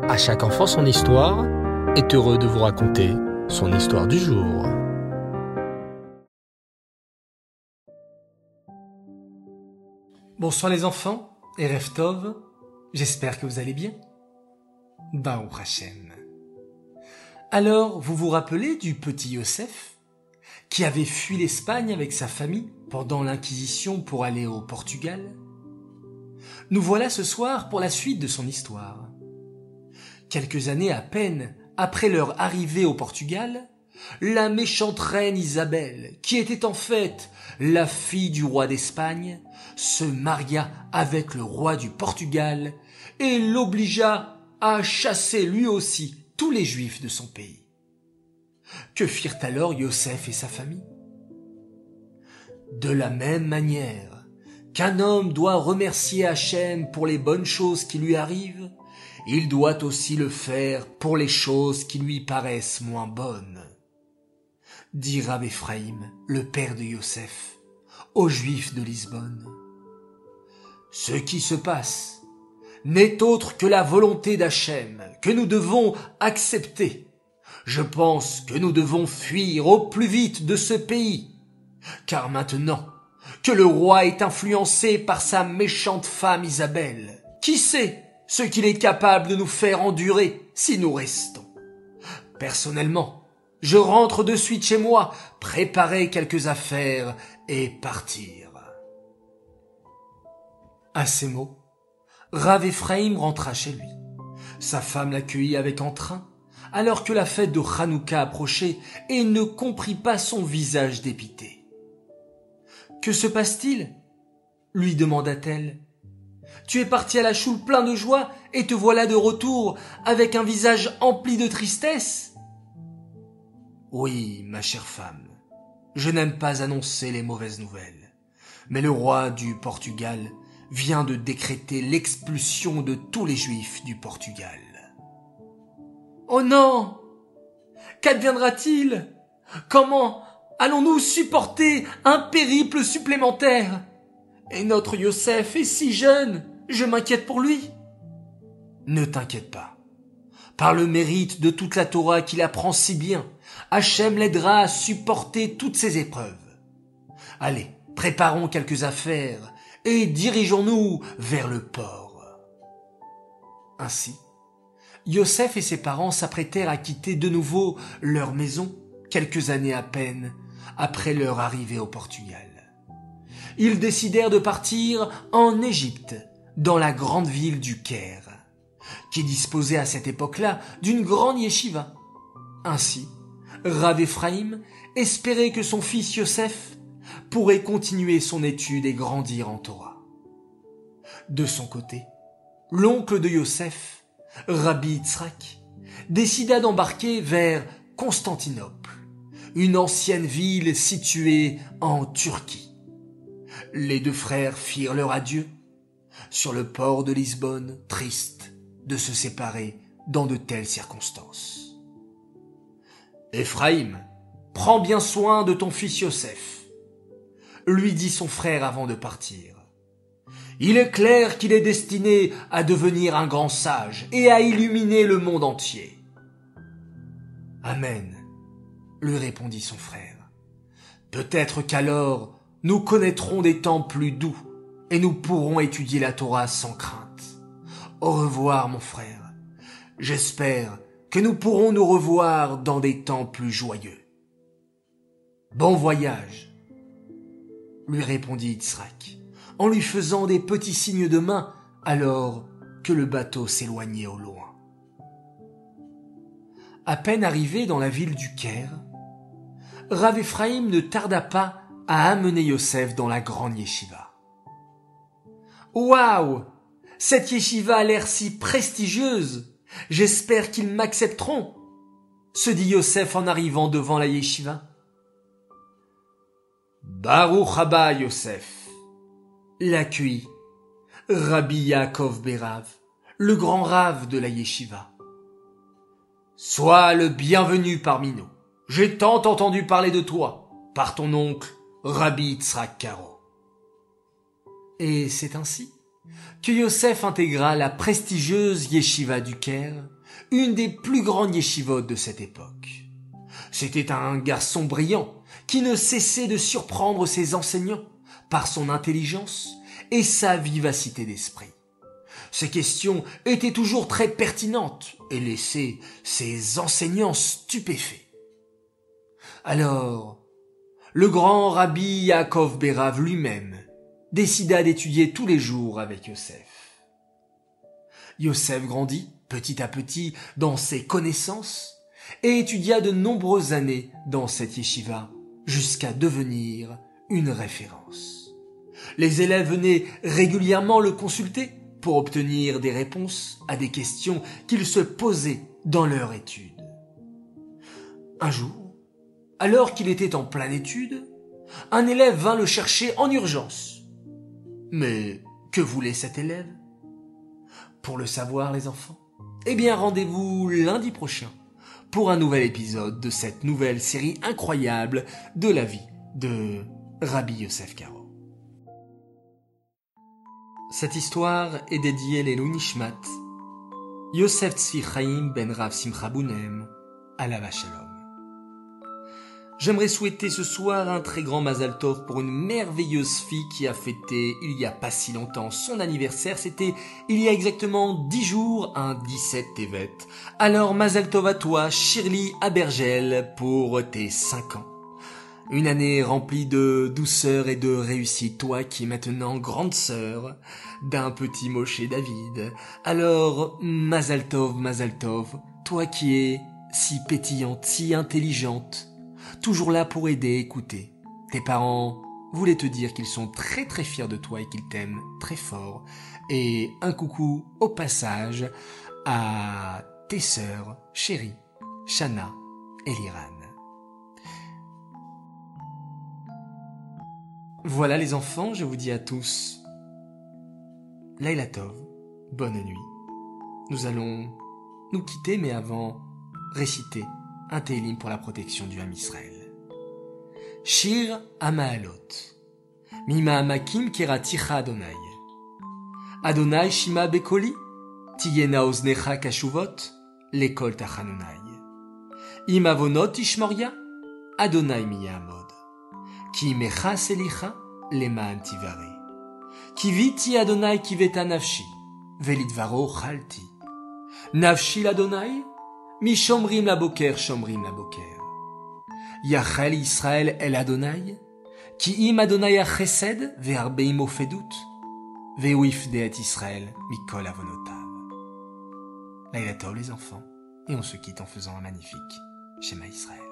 À chaque enfant son histoire est heureux de vous raconter son histoire du jour. Bonsoir les enfants, Erev Tov, j'espère que vous allez bien. Baruch Hashem. Alors, vous vous rappelez du petit Yosef, qui avait fui l'Espagne avec sa famille pendant l'Inquisition pour aller au Portugal? Nous voilà ce soir pour la suite de son histoire. Quelques années à peine après leur arrivée au Portugal, la méchante reine Isabelle, qui était en fait la fille du roi d'Espagne, se maria avec le roi du Portugal et l'obligea à chasser lui aussi tous les Juifs de son pays. Que firent alors Yosef et sa famille? De la même manière qu'un homme doit remercier Hachem pour les bonnes choses qui lui arrivent, il doit aussi le faire pour les choses qui lui paraissent moins bonnes. Dit Rav Ephraim, le père de Yosef, aux Juifs de Lisbonne. Ce qui se passe n'est autre que la volonté d'Hachem que nous devons accepter. Je pense que nous devons fuir au plus vite de ce pays, car maintenant que le roi est influencé par sa méchante femme Isabelle, qui sait ce qu'il est capable de nous faire endurer si nous restons? Personnellement, je rentre de suite chez moi, préparer quelques affaires et partir. À ces mots, Rav Ephraim rentra chez lui. Sa femme l'accueillit avec entrain, alors que la fête de Hanouka approchait, et ne comprit pas son visage dépité. « Que se passe-t-il » lui demanda-t-elle. « Tu es parti à la choule plein de joie, et te voilà de retour avec un visage empli de tristesse ?» ?»« Oui, ma chère femme, je n'aime pas annoncer les mauvaises nouvelles, mais le roi du Portugal vient de décréter l'expulsion de tous les Juifs du Portugal. »« Oh non! Qu'adviendra-t-il? Comment allons-nous supporter un périple supplémentaire? Et notre Yosef est si jeune, je m'inquiète pour lui. » »« Ne t'inquiète pas. Par le mérite de toute la Torah qu'il apprend si bien, Hachem l'aidera à supporter toutes ces épreuves. Allez, préparons quelques affaires et dirigeons-nous vers le port. » Ainsi, Yosef et ses parents s'apprêtèrent à quitter de nouveau leur maison quelques années à peine après leur arrivée au Portugal. Ils décidèrent de partir en Égypte, dans la grande ville du Caire, qui disposait à cette époque-là d'une grande yeshiva. Ainsi, Rav Ephraim espérait que son fils Yosef pourrait continuer son étude et grandir en Torah. De son côté, l'oncle de Yosef, Rabbi Yitzhak, décida d'embarquer vers Constantinople, une ancienne ville située en Turquie. Les deux frères firent leur adieu sur le port de Lisbonne, tristes de se séparer dans de telles circonstances. « Ephraim, prends bien soin de ton fils Yosef, » lui dit son frère avant de partir. « Il est clair qu'il est destiné à devenir un grand sage et à illuminer le monde entier. »« Amen, » lui répondit son frère. « Peut-être qu'alors nous connaîtrons des temps plus doux et nous pourrons étudier la Torah sans crainte. Au revoir, mon frère. J'espère que nous pourrons nous revoir dans des temps plus joyeux. »« Bon voyage, » lui répondit Yitzhak, en lui faisant des petits signes de main alors que le bateau s'éloignait au loin. À peine arrivé dans la ville du Caire, Rav Ephraim ne tarda pas à amener Yosef dans la grande yeshiva. « Waouh! Cette yeshiva a l'air si prestigieuse! J'espère qu'ils m'accepteront !» se dit Yosef en arrivant devant la yeshiva. « Baruch haba Yosef !» l'accueillit Rabbi Yaakov Berav, le grand rave de la yeshiva. « Sois le bienvenu parmi nous. J'ai tant entendu parler de toi, par ton oncle, Rabbi Yitzhak Karo. » Et c'est ainsi que Yosef intégra la prestigieuse yeshiva du Caire une des plus grandes yeshivot de cette époque. C'était un garçon brillant qui ne cessait de surprendre ses enseignants par son intelligence et sa vivacité d'esprit. Ses questions étaient toujours très pertinentes et laissaient ses enseignants stupéfaits. Alors, le grand rabbi Yaakov Bérav lui-même décida d'étudier tous les jours avec Yosef. Yosef grandit petit à petit dans ses connaissances et étudia de nombreuses années dans cette yeshiva jusqu'à devenir une référence. Les élèves venaient régulièrement le consulter pour obtenir des réponses à des questions qu'ils se posaient dans leur étude. Un jour, alors qu'il était en pleine étude, un élève vint le chercher en urgence. Mais que voulait cet élève? Pour le savoir, les enfants, eh bien rendez-vous lundi prochain pour un nouvel épisode de cette nouvelle série incroyable de la vie de Rabbi Yosef Karo. Cette histoire est dédiée l'Elou Nishmat, Yosef Tzvi Chaim ben Rav Simcha Bounem, Alav Shalom. J'aimerais souhaiter ce soir un très grand Mazal Tov pour une merveilleuse fille qui a fêté il y a pas si longtemps son anniversaire. C'était il y a exactement 10 jours, un 17 Tevet. Alors Mazal Tov à toi, Shirley Abergel, pour tes 5 ans. Une année remplie de douceur et de réussite, toi qui es maintenant grande sœur d'un petit Moshe David. Alors Mazal Tov, toi qui es si pétillante, si intelligente, toujours là pour aider, écouter. Tes parents voulaient te dire qu'ils sont très très fiers de toi et qu'ils t'aiment très fort. Et un coucou au passage à tes sœurs chéries, Shana et Liran. Voilà les enfants, je vous dis à tous Laila Tov, bonne nuit. Nous allons nous quitter, mais avant, réciter un Télim pour la protection du Ham Israël. Shir Amaalot. Mima Amakim Keraticha Adonai. Adonai Shima Bekoli. Tiyena Oznecha Kashuvot. Lekol Tachanunai. Im Avonot Ishmoria. Adonai Miyamod. Ki Mecha Selicha. Leman Tivare. Kiviti Adonai Kiveta Nafshi. Velidvaro Chalti. Nafshi l'Adonai. Mi shomrim la boker, shomrim la boker. Yachel Israël el Adonai, ki im Adonai a chesed, ve'arbeim ofedut, ve'uifde et Israël, mikol avonotav. Laila Tov les enfants, et on se quitte en faisant un magnifique Shema Israël.